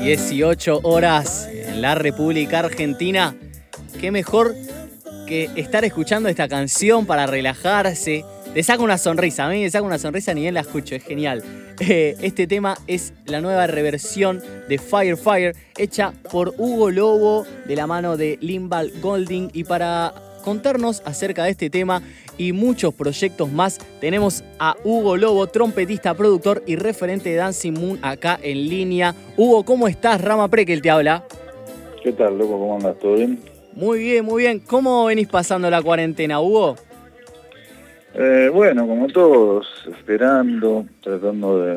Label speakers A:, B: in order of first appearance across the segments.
A: 18 horas en la República Argentina. Qué mejor que estar escuchando esta canción para relajarse. Te saca una sonrisa, a mí me saca una sonrisa ni bien la escucho, es genial. Este tema es la nueva reversión de Fire Fire, hecha por Hugo Lobo de la mano de Limbal Golding. Y para contarnos acerca de este tema y muchos proyectos más, tenemos a Hugo Lobo, trompetista, productor y referente de Dancing Moon acá en línea. Hugo, ¿cómo estás? Rama Prekel te habla.
B: ¿Qué tal, loco? ¿Cómo andas? ¿Todo bien?
A: Muy bien, muy bien. ¿Cómo venís pasando la cuarentena, Hugo?
B: Bueno, como todos, esperando, tratando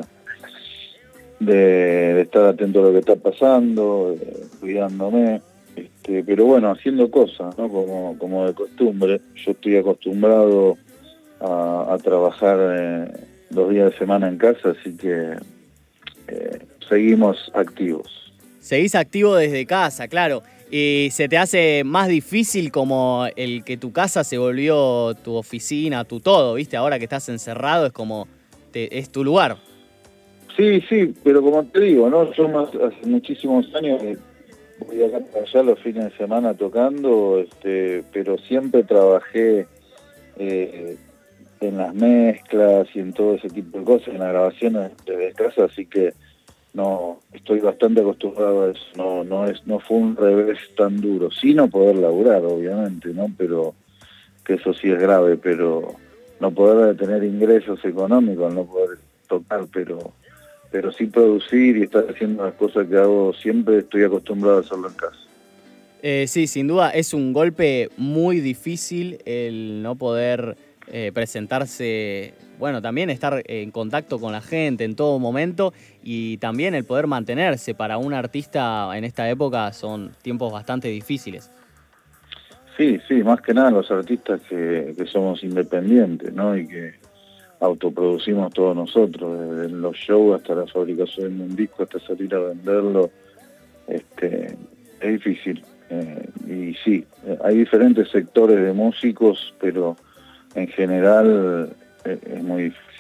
B: de estar atento a lo que está pasando, cuidándome, pero bueno, haciendo cosas, ¿no? Como de costumbre. Yo estoy acostumbrado a trabajar 2 días de semana en casa, así que seguimos activos.
A: Seguís activo desde casa, claro. ¿Y se te hace más difícil como el que tu casa se volvió tu oficina, tu todo, viste? Ahora que estás encerrado es como, es tu lugar.
B: Sí, pero como te digo, ¿no? Yo hace muchísimos años voy acá para allá los fines de semana tocando, pero siempre trabajé en las mezclas y en todo ese tipo de cosas, en las grabaciones desde casa, así que no, estoy bastante acostumbrado a eso. No fue un revés tan duro. Sí, no poder laburar, obviamente, ¿no? Pero que eso sí es grave, pero no poder tener ingresos económicos, no poder tocar, pero sí producir y estar haciendo las cosas que hago siempre, estoy acostumbrado a hacerlo en casa.
A: Sí, sin duda es un golpe muy difícil el no poder presentarse, bueno, también estar en contacto con la gente en todo momento y también el poder mantenerse. Para un artista en esta época son tiempos bastante difíciles.
B: Sí, más que nada los artistas que somos independientes, ¿no? Y que autoproducimos todos nosotros, desde los shows hasta la fabricación de un disco, hasta salir a venderlo, es difícil. Y sí, hay diferentes sectores de músicos, pero en general es muy difícil.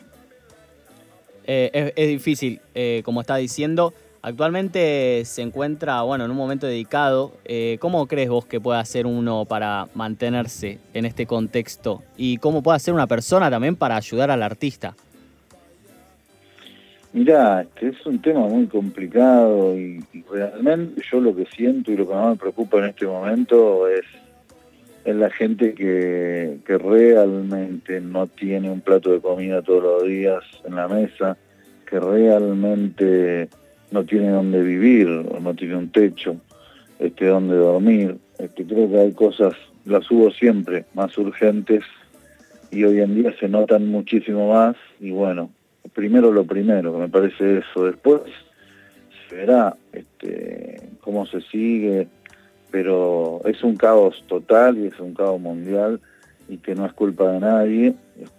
A: Es difícil, como está diciendo. Actualmente se encuentra, bueno, en un momento dedicado. ¿Cómo crees vos que puede hacer uno para mantenerse en este contexto? ¿Y cómo puede hacer una persona también para ayudar al artista?
B: Mirá, es un tema muy complicado y realmente yo lo que siento y lo que más me preocupa en este momento es la gente que realmente no tiene un plato de comida todos los días en la mesa, que realmente no tiene dónde vivir, o no tiene un techo, dónde dormir. Creo que hay cosas, las hubo siempre, más urgentes y hoy en día se notan muchísimo más. Y bueno, primero lo primero, que me parece eso. Después se verá cómo se sigue, pero es un caos total y es un caos mundial y que no es culpa de nadie.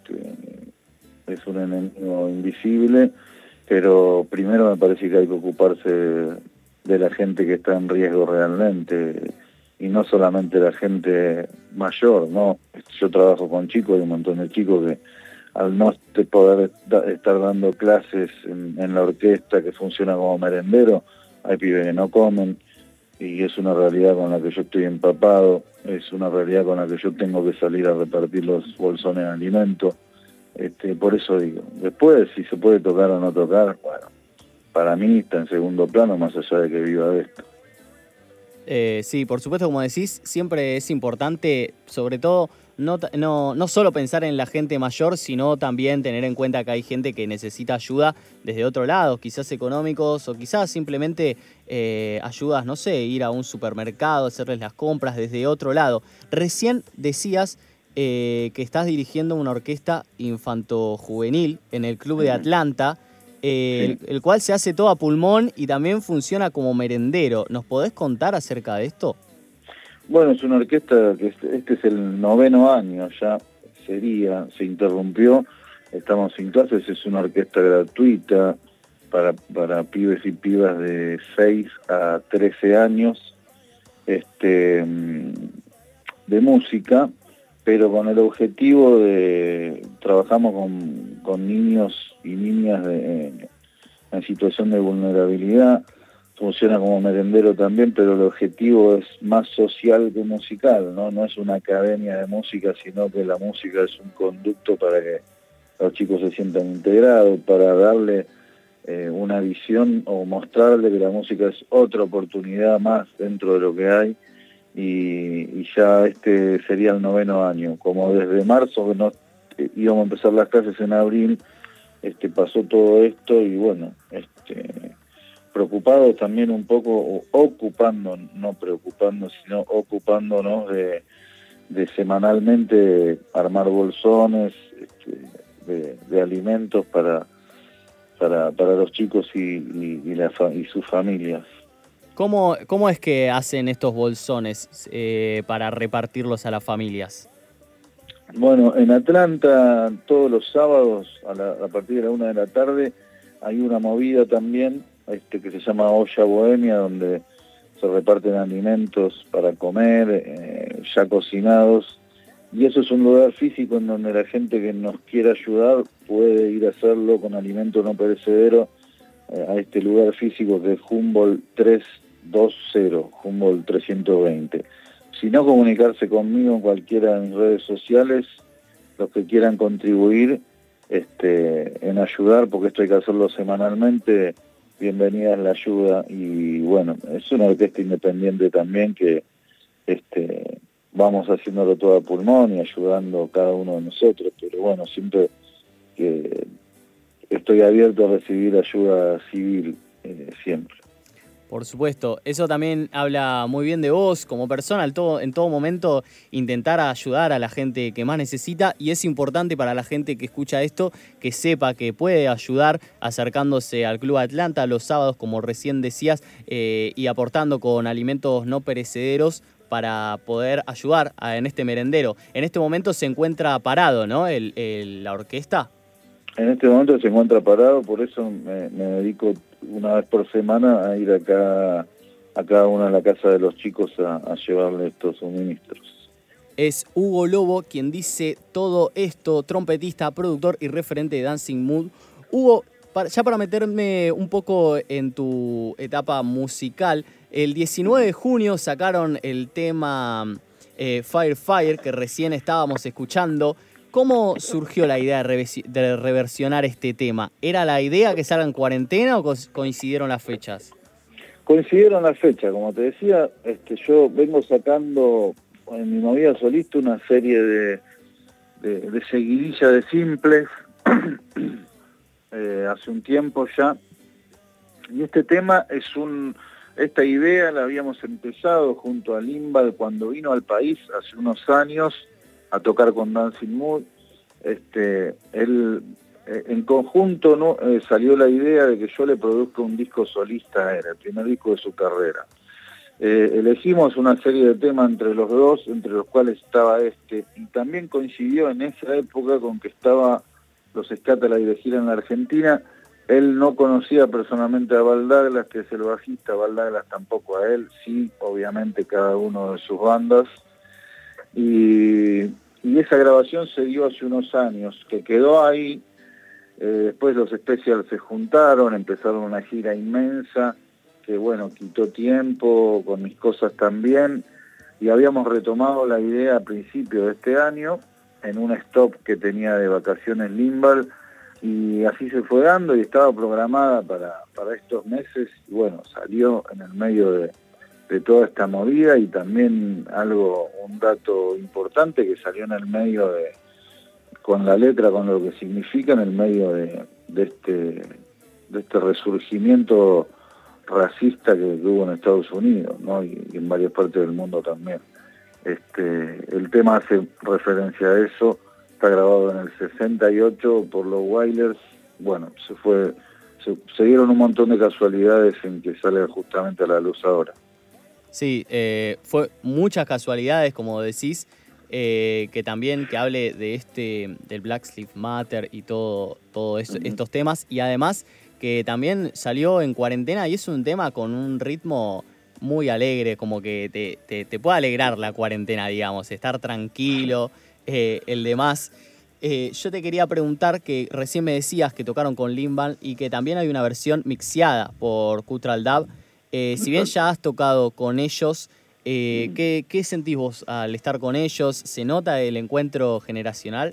B: Es un enemigo invisible, pero primero me parece que hay que ocuparse de la gente que está en riesgo realmente, y no solamente la gente mayor, ¿no? Yo trabajo con chicos, hay un montón de chicos que al no poder estar dando clases en la orquesta que funciona como merendero, hay pibes que no comen, y es una realidad con la que yo estoy empapado, es una realidad con la que yo tengo que salir a repartir los bolsones de alimento. Por eso digo, después si se puede tocar o no tocar, bueno, para mí está en segundo plano, más allá de que viva de esto.
A: Sí, por supuesto, como decís, siempre es importante, sobre todo, no solo pensar en la gente mayor, sino también tener en cuenta que hay gente que necesita ayuda desde otro lado, quizás económicos o quizás simplemente ayudas, no sé, ir a un supermercado, hacerles las compras desde otro lado. Recién decías que estás dirigiendo una orquesta infanto-juvenil en el Club de Atlanta.
B: Sí.
A: El cual se hace todo a pulmón y también funciona como merendero. ¿Nos podés contar acerca de esto?
B: Bueno, es una orquesta que este es el 9º año, ya se interrumpió, estamos sin clases, es una orquesta gratuita para pibes y pibas de 6 a 13 años, de música, pero con el objetivo trabajamos con niños y niñas en situación de vulnerabilidad. funciona como merendero también, pero el objetivo es más social que musical, ¿no? No es una academia de música, sino que la música es un conducto para que los chicos se sientan integrados, para darle una visión o mostrarle que la música es otra oportunidad más dentro de lo que hay, y ya este sería el 9º año. Como desde marzo, que no íbamos a empezar las clases en abril, pasó todo esto, y bueno, preocupados también un poco, o ocupando, no preocupando, sino ocupándonos de semanalmente armar bolsones de alimentos para los chicos y sus familias.
A: ¿Cómo es que hacen estos bolsones para repartirlos a las familias?
B: Bueno, en Atlanta todos los sábados a partir de la 1 de la tarde hay una movida también que se llama Olla Bohemia, donde se reparten alimentos para comer, ya cocinados, y eso es un lugar físico en donde la gente que nos quiera ayudar puede ir a hacerlo con alimento no perecedero a este lugar físico que es Humboldt 320, Humboldt 320. Si no, comunicarse conmigo en cualquiera de mis redes sociales, los que quieran contribuir en ayudar, porque esto hay que hacerlo semanalmente. Bienvenida es la ayuda, y bueno, es una orquesta independiente también que vamos haciéndolo todo a pulmón y ayudando cada uno de nosotros, pero bueno, siempre que estoy abierto a recibir ayuda civil, siempre.
A: Por supuesto, eso también habla muy bien de vos como persona, en todo momento intentar ayudar a la gente que más necesita, y es importante para la gente que escucha esto que sepa que puede ayudar acercándose al Club Atlanta los sábados, como recién decías, y aportando con alimentos no perecederos para poder ayudar en este merendero. En este momento se encuentra parado, ¿no? La orquesta.
B: En este momento se encuentra parado, por eso me dedico una vez por semana a ir a cada una de la casa de los chicos a llevarle estos suministros.
A: Es Hugo Lobo quien dice todo esto, trompetista, productor y referente de Dancing Mood. Hugo, ya para meterme un poco en tu etapa musical, el 19 de junio sacaron el tema Fire Fire, que recién estábamos escuchando. ¿Cómo surgió la idea de reversionar este tema? ¿Era la idea que salga en cuarentena o coincidieron las fechas?
B: Coincidieron las fechas, como te decía, yo vengo sacando en mi movida solista una serie de seguidilla de simples hace un tiempo ya, y este tema esta idea la habíamos empezado junto a Limbal cuando vino al país hace unos años a tocar con Dancing Mood. Él en conjunto salió la idea de que yo le produzca un disco solista a él, el primer disco de su carrera. Elegimos una serie de temas entre los dos, entre los cuales estaba y también coincidió en esa época con que estaba los Scatalites de gira en la Argentina. Él no conocía personalmente a Val Douglas, que es el bajista, Val Douglas tampoco a él, sí, obviamente cada uno de sus bandas. Y esa grabación se dio hace unos años, que quedó ahí. Después los Specials se juntaron, empezaron una gira inmensa, que bueno, quitó tiempo, con mis cosas también, y habíamos retomado la idea a principios de este año, en un stop que tenía de vacaciones Limbal, y así se fue dando, y estaba programada para estos meses, y bueno, salió en el medio de toda esta movida, y también un dato importante que salió en el medio con la letra, con lo que significa, en el medio de este resurgimiento racista que hubo en Estados Unidos, ¿no? y en varias partes del mundo también. El tema hace referencia a eso, está grabado en el 68 por los Wailers. Bueno, se dieron un montón de casualidades en que sale justamente a la luz ahora.
A: Sí, fue muchas casualidades, como decís, que también que hable del Black Lives Matter y todo eso, estos temas, y además que también salió en cuarentena y es un tema con un ritmo muy alegre, como que te puede alegrar la cuarentena, digamos, estar tranquilo, el demás. Yo te quería preguntar, que recién me decías que tocaron con Limbal y que también hay una versión mixeada por Cutral Dub. Si bien ya has tocado con ellos, ¿qué sentís vos al estar con ellos? ¿Se nota el encuentro generacional?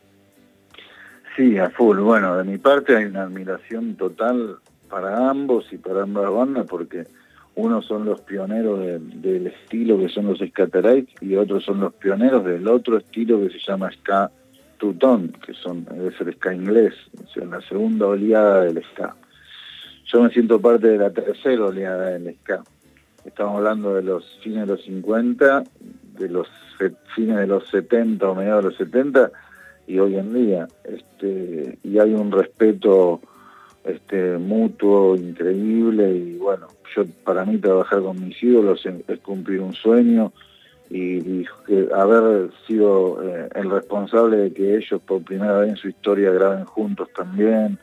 B: Sí, a full. Bueno, de mi parte hay una admiración total para ambos y para ambas bandas, porque unos son los pioneros del estilo que son los Scatterites y otros son los pioneros del otro estilo que se llama ska tutón, que es el ska inglés, o sea, la segunda oleada del ska. Yo me siento parte de la tercera oleada del ska. Estamos hablando de los fines de los 50, de los fines de los 70 o mediados de los 70 y hoy en día. Y hay un respeto mutuo, increíble, y bueno, para mí trabajar con mis ídolos es cumplir un sueño y haber sido el responsable de que ellos por primera vez en su historia graben juntos también,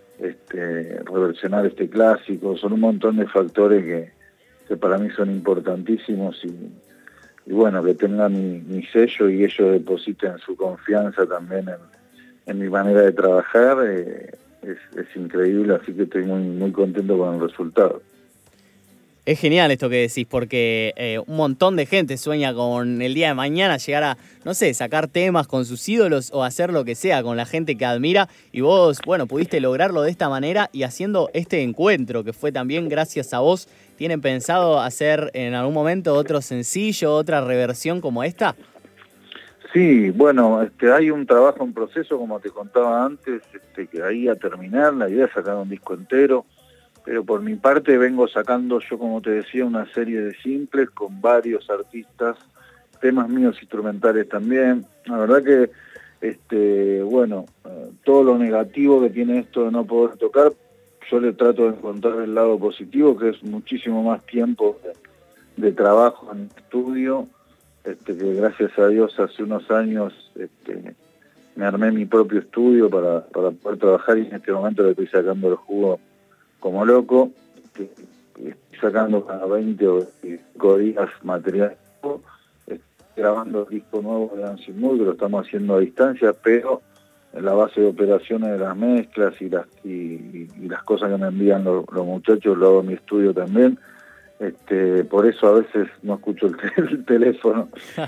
B: reversionar este clásico, son un montón de factores que para mí son importantísimos y bueno, que tengan mi sello y ellos depositen su confianza también en mi manera de trabajar, es increíble, así que estoy muy, muy contento con el resultado.
A: Es genial esto que decís, porque un montón de gente sueña con el día de mañana llegar a, no sé, sacar temas con sus ídolos o hacer lo que sea con la gente que admira. Y vos, bueno, pudiste lograrlo de esta manera y haciendo este encuentro, que fue también gracias a vos. ¿Tienen pensado hacer en algún momento otro sencillo, otra reversión como esta?
B: Sí, bueno, hay un trabajo en proceso, como te contaba antes, que ahí a terminar, la idea es sacar un disco entero. Pero por mi parte vengo sacando, yo como te decía, una serie de simples con varios artistas, temas míos instrumentales también. La verdad que, bueno, todo lo negativo que tiene esto de no poder tocar, yo le trato de encontrar el lado positivo, que es muchísimo más tiempo de trabajo en estudio, que gracias a Dios hace unos años me armé mi propio estudio para poder trabajar, y en este momento le estoy sacando el jugo como loco, estoy sacando cada 20 o 25 días material, grabando el disco nuevo de Dancing Mood, que lo estamos haciendo a distancia, pero en la base de operaciones de las mezclas y las cosas que me envían los muchachos, lo hago en mi estudio también. Por eso a veces no escucho el teléfono,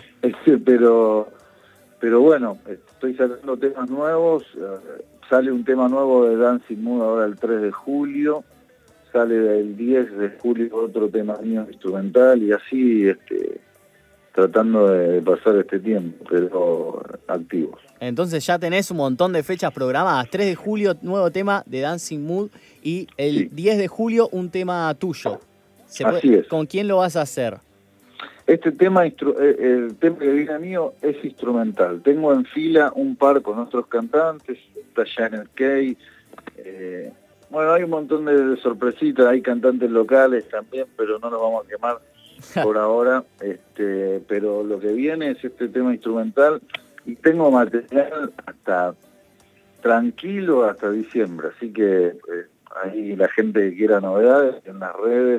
B: pero bueno, estoy sacando temas nuevos. Sale un tema nuevo de Dancing Mood ahora el 3 de julio, sale el 10 de julio otro tema mío instrumental, y así tratando de pasar este tiempo, pero activos.
A: Entonces ya tenés un montón de fechas programadas. 3 de julio, nuevo tema de Dancing Mood, y el 10 de julio un tema tuyo.
B: Así es.
A: ¿Con quién lo vas a hacer?
B: Este tema, el tema que viene mío es instrumental. Tengo en fila un par con otros cantantes, está Janet Kay, bueno, hay un montón de sorpresitas, hay cantantes locales también, pero no nos vamos a quemar por ahora, pero lo que viene es este tema instrumental, y tengo material hasta tranquilo hasta diciembre, así que ahí la gente que quiera novedades en las redes,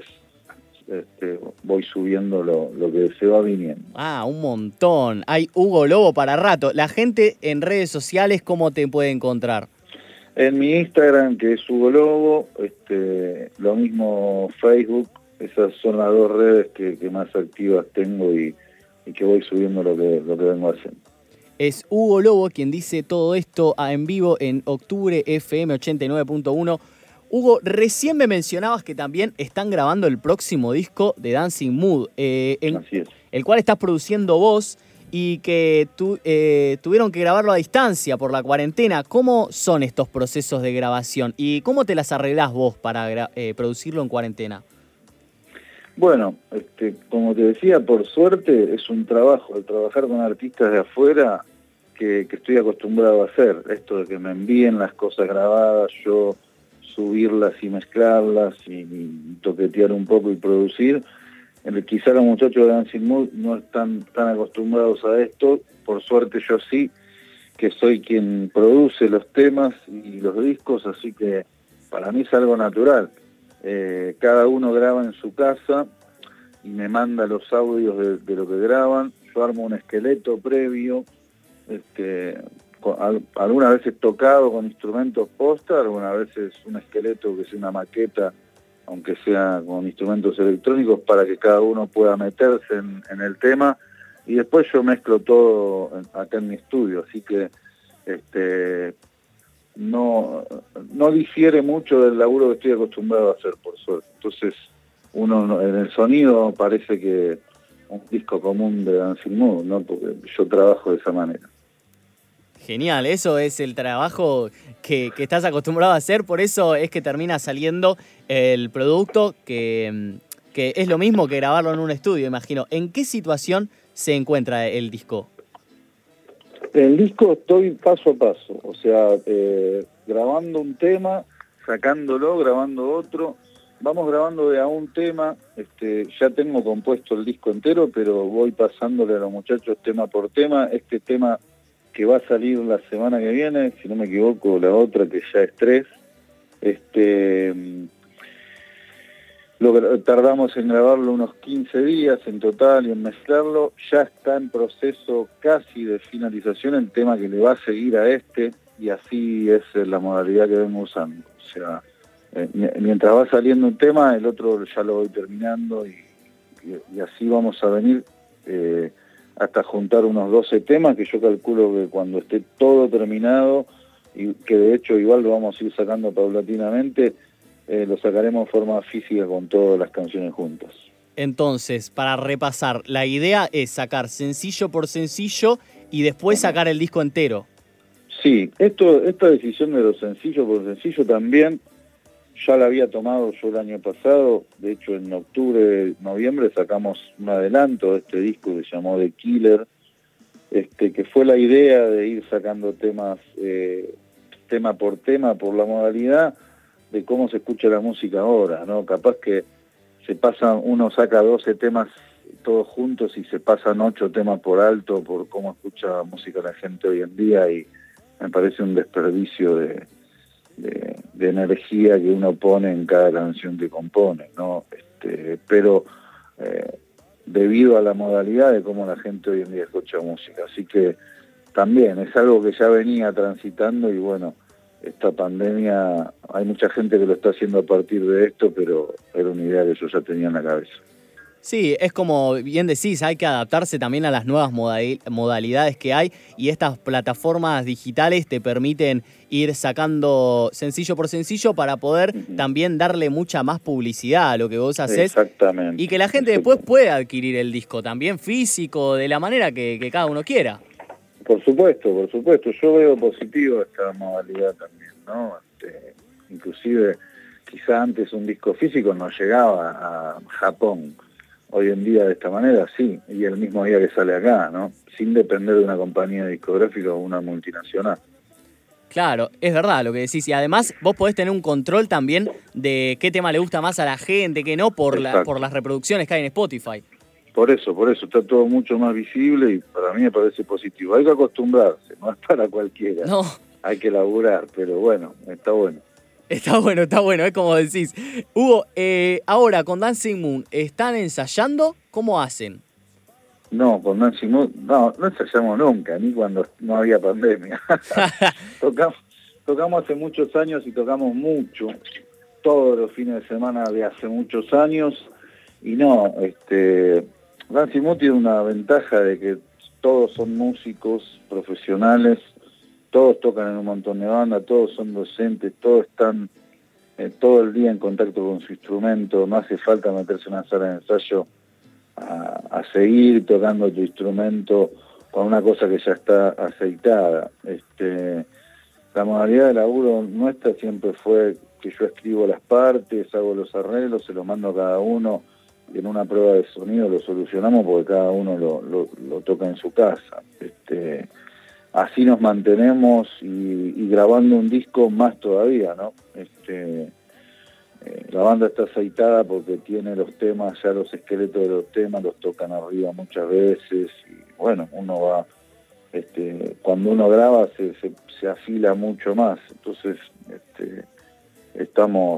B: voy subiendo lo que se va viniendo.
A: Un montón. Hay Hugo Lobo para rato. La gente en redes sociales, ¿cómo te puede encontrar?
B: En mi Instagram, que es Hugo Lobo, lo mismo Facebook, esas son las dos redes que más activas tengo y que voy subiendo lo que vengo haciendo.
A: Es Hugo Lobo quien dice todo esto en vivo en Octubre FM 89.1. Hugo, recién me mencionabas que también están grabando el próximo disco de Dancing Mood,
B: Así es.
A: el cual estás produciendo vos y que tuvieron que grabarlo a distancia por la cuarentena. ¿Cómo son estos procesos de grabación y cómo te las arreglás vos para producirlo en cuarentena?
B: Bueno, como te decía, por suerte es un trabajo, el trabajar con artistas de afuera que estoy acostumbrado a hacer. Esto de que me envíen las cosas grabadas, yo subirlas y mezclarlas y toquetear un poco y producir. Quizá los muchachos de Dancing Mood no están tan acostumbrados a esto, por suerte yo sí, que soy quien produce los temas y los discos, así que para mí es algo natural. Cada uno graba en su casa y me manda los audios de lo que graban, yo armo un esqueleto previo, algunas veces tocado con instrumentos posta, algunas veces un esqueleto que es una maqueta aunque sea con instrumentos electrónicos, para que cada uno pueda meterse en el tema, y después yo mezclo todo acá en mi estudio, así que no difiere mucho del laburo que estoy acostumbrado a hacer, por suerte. Entonces, uno en el sonido parece que un disco común de Dancing Mood, ¿no? Porque yo trabajo de esa manera.
A: Genial, eso es el trabajo que estás acostumbrado a hacer, por eso es que termina saliendo el producto que es lo mismo que grabarlo en un estudio, imagino. ¿En qué situación se encuentra el disco?
B: El disco estoy paso a paso, o sea, grabando un tema, sacándolo, grabando otro. Vamos grabando de a un tema, ya tengo compuesto el disco entero, pero voy pasándole a los muchachos tema por tema. Este tema que va a salir la semana que viene, si no me equivoco, la otra que ya es 3, tardamos en grabarlo unos 15 días en total y en mezclarlo. Ya está en proceso casi de finalización el tema que le va a seguir a y así es la modalidad que vengo usando. O sea, mientras va saliendo un tema, el otro ya lo voy terminando y así vamos a venir hasta juntar unos 12 temas, que yo calculo que cuando esté todo terminado, y que de hecho igual lo vamos a ir sacando paulatinamente, lo sacaremos en forma física con todas las canciones juntas.
A: Entonces, para repasar, la idea es sacar sencillo por sencillo y después sacar el disco entero.
B: Sí, esta decisión de los sencillo por sencillo también ya la había tomado yo el año pasado. De hecho, en octubre, noviembre sacamos un adelanto de este disco que se llamó The Killer, que fue la idea de ir sacando temas tema por tema, por la modalidad de cómo se escucha la música ahora, ¿no? Capaz que uno saca 12 temas todos juntos y se pasan 8 temas por alto por cómo escucha música la gente hoy en día, y me parece un desperdicio de energía que uno pone en cada canción que compone, ¿no? Pero debido a la modalidad de cómo la gente hoy en día escucha música, así que también es algo que ya venía transitando, y bueno, esta pandemia, hay mucha gente que lo está haciendo a partir de esto, pero era una idea que yo ya tenía en la cabeza.
A: Sí, es como bien decís, hay que adaptarse también a las nuevas modalidades que hay, y estas plataformas digitales te permiten ir sacando sencillo por sencillo para poder también darle mucha más publicidad a lo que vos hacés.
B: Exactamente.
A: Y que la gente después pueda adquirir el disco también físico, de la manera que cada uno quiera.
B: Por supuesto. Yo veo positivo esta modalidad también, ¿no? Inclusive, quizá antes un disco físico no llegaba a Japón. Hoy en día de esta manera sí, y el mismo día que sale acá, ¿no? Sin depender de una compañía discográfica o una multinacional.
A: Claro, es verdad lo que decís, y además vos podés tener un control también de qué tema le gusta más a la gente, que no por las reproducciones que hay en Spotify. Por eso
B: está todo mucho más visible, y para mí me parece positivo. Hay que acostumbrarse, no es para cualquiera.
A: No.
B: Hay que laburar, pero bueno, está bueno.
A: Está bueno, es como decís. Hugo, ahora con Dancing Mood, ¿están ensayando? ¿Cómo hacen?
B: No, con Dancing Mood, no ensayamos nunca, ni cuando no había pandemia. Tocamos hace muchos años y tocamos mucho, todos los fines de semana de hace muchos años, y no, Dancing Mood tiene una ventaja de que todos son músicos profesionales, todos tocan en un montón de bandas, todos son docentes, todos están todo el día en contacto con su instrumento, no hace falta meterse en una sala de ensayo a seguir tocando tu instrumento con una cosa que ya está aceitada. La modalidad de laburo nuestra siempre fue que yo escribo las partes, hago los arreglos, se los mando a cada uno, y en una prueba de sonido lo solucionamos porque cada uno lo toca en su casa. Así nos mantenemos, y grabando un disco más todavía, ¿no? La banda está aceitada porque tiene los temas, ya los esqueletos de los temas los tocan arriba muchas veces, y bueno, uno va, cuando uno graba se afila mucho más, entonces estamos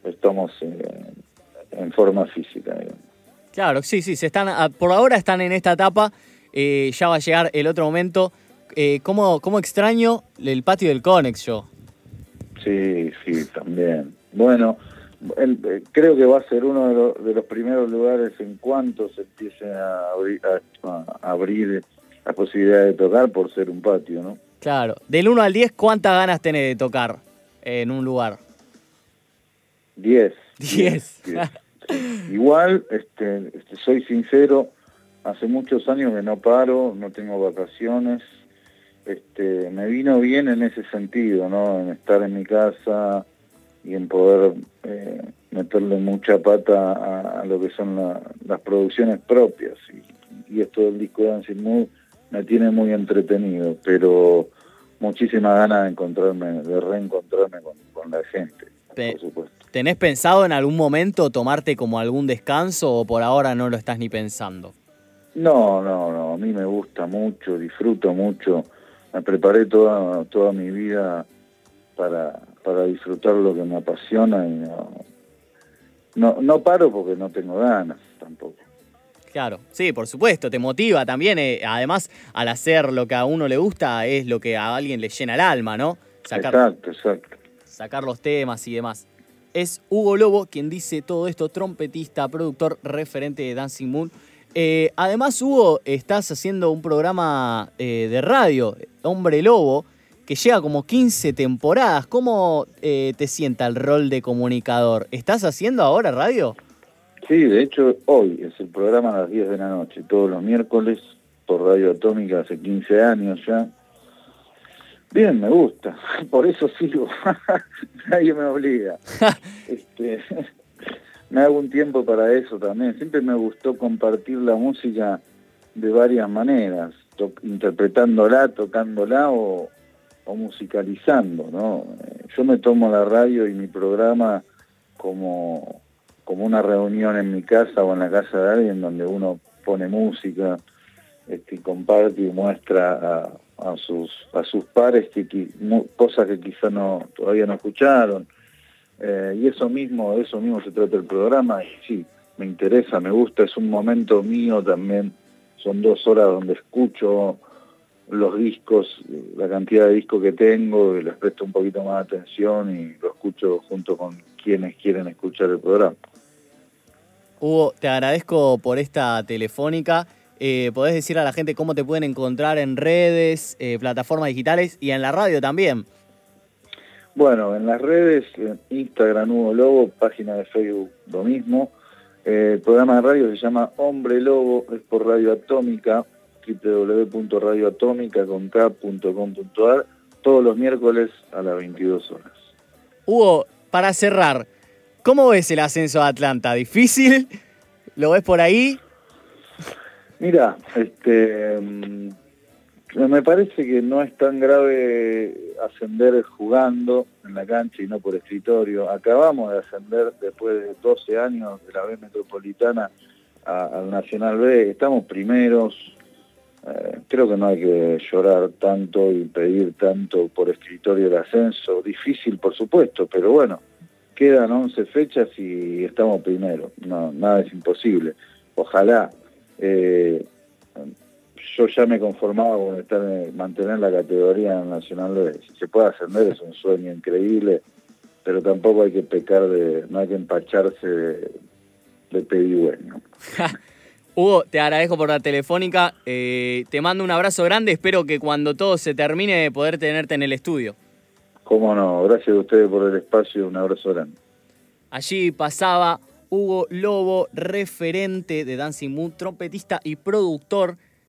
B: en forma física, digamos.
A: Claro, sí, por ahora están en esta etapa, ya va a llegar el otro momento. ¿Cómo extraño el patio del Conex yo?
B: Sí, también. Bueno, Creo que va a ser uno de los primeros lugares en cuanto se empiece a abrir la posibilidad de tocar por ser un patio, ¿no?
A: Claro. Del 1 al 10, ¿cuántas ganas tenés de tocar en un lugar?
B: 10.
A: 10.
B: Igual, soy sincero, hace muchos años que no paro, no tengo vacaciones. Me vino bien en ese sentido, ¿no? En estar en mi casa y en poder meterle mucha pata a lo que son las producciones propias. Y esto del disco de Dancing Mood me tiene muy entretenido, pero muchísimas ganas de reencontrarme con la gente, por supuesto.
A: ¿Tenés pensado en algún momento tomarte como algún descanso o por ahora no lo estás ni pensando?
B: No, a mí me gusta mucho, disfruto mucho. Me preparé toda mi vida para disfrutar lo que me apasiona y no paro porque no tengo ganas tampoco.
A: Claro, sí, por supuesto, te motiva también. Además, al hacer lo que a uno le gusta es lo que a alguien le llena el alma, ¿no?
B: Exacto.
A: Sacar los temas y demás. Es Hugo Lobo quien dice todo esto, trompetista, productor, referente de Dancing Mood. Además, Hugo, estás haciendo un programa de radio, Hombre Lobo, que llega como 15 temporadas. ¿Cómo te sienta el rol de comunicador? ¿Estás haciendo ahora radio?
B: Sí, de hecho, hoy es el programa a las 10 de la noche, todos los miércoles, por Radio Atómica, hace 15 años ya. Bien, me gusta, por eso sigo, nadie me obliga. Me hago un tiempo para eso también. Siempre me gustó compartir la música de varias maneras, interpretándola, tocándola o musicalizando, ¿no? Yo me tomo la radio y mi programa como una reunión en mi casa o en la casa de alguien donde uno pone música, y comparte y muestra a sus pares cosas que quizá todavía no escucharon. Y eso mismo se trata el programa, y sí, me interesa, me gusta, es un momento mío también, son 2 horas donde escucho los discos, la cantidad de discos que tengo, y les presto un poquito más de atención y lo escucho junto con quienes quieren escuchar el programa.
A: Hugo, te agradezco por esta telefónica. ¿Podés decir a la gente cómo te pueden encontrar en redes, plataformas digitales y en la radio también?
B: Bueno, en las redes, Instagram Hugo Lobo, página de Facebook lo mismo. El programa de radio se llama Hombre Lobo, es por Radio Atómica, www.radioatómica.com.ar, todos los miércoles a las 22 horas.
A: Hugo, para cerrar, ¿cómo ves el ascenso de Atlanta? ¿Difícil? ¿Lo ves por ahí?
B: Mira, me parece que no es tan grave ascender jugando en la cancha y no por escritorio. Acabamos de ascender después de 12 años de la B Metropolitana al Nacional B. Estamos primeros. Creo que no hay que llorar tanto y pedir tanto por escritorio el ascenso. Difícil, por supuesto, pero bueno, quedan 11 fechas y estamos primeros. No, nada es imposible. Ojalá. Yo ya me conformaba con mantener la categoría Nacional B. Si se puede ascender es un sueño increíble, pero tampoco hay que no hay que empacharse de pedigüeño.
A: Hugo, te agradezco por la telefónica, te mando un abrazo grande, espero que cuando todo se termine poder tenerte en el estudio.
B: Cómo no, gracias a ustedes por el espacio, un abrazo grande.
A: Allí pasaba Hugo Lobo, referente de Dancing Mood, trompetista y productor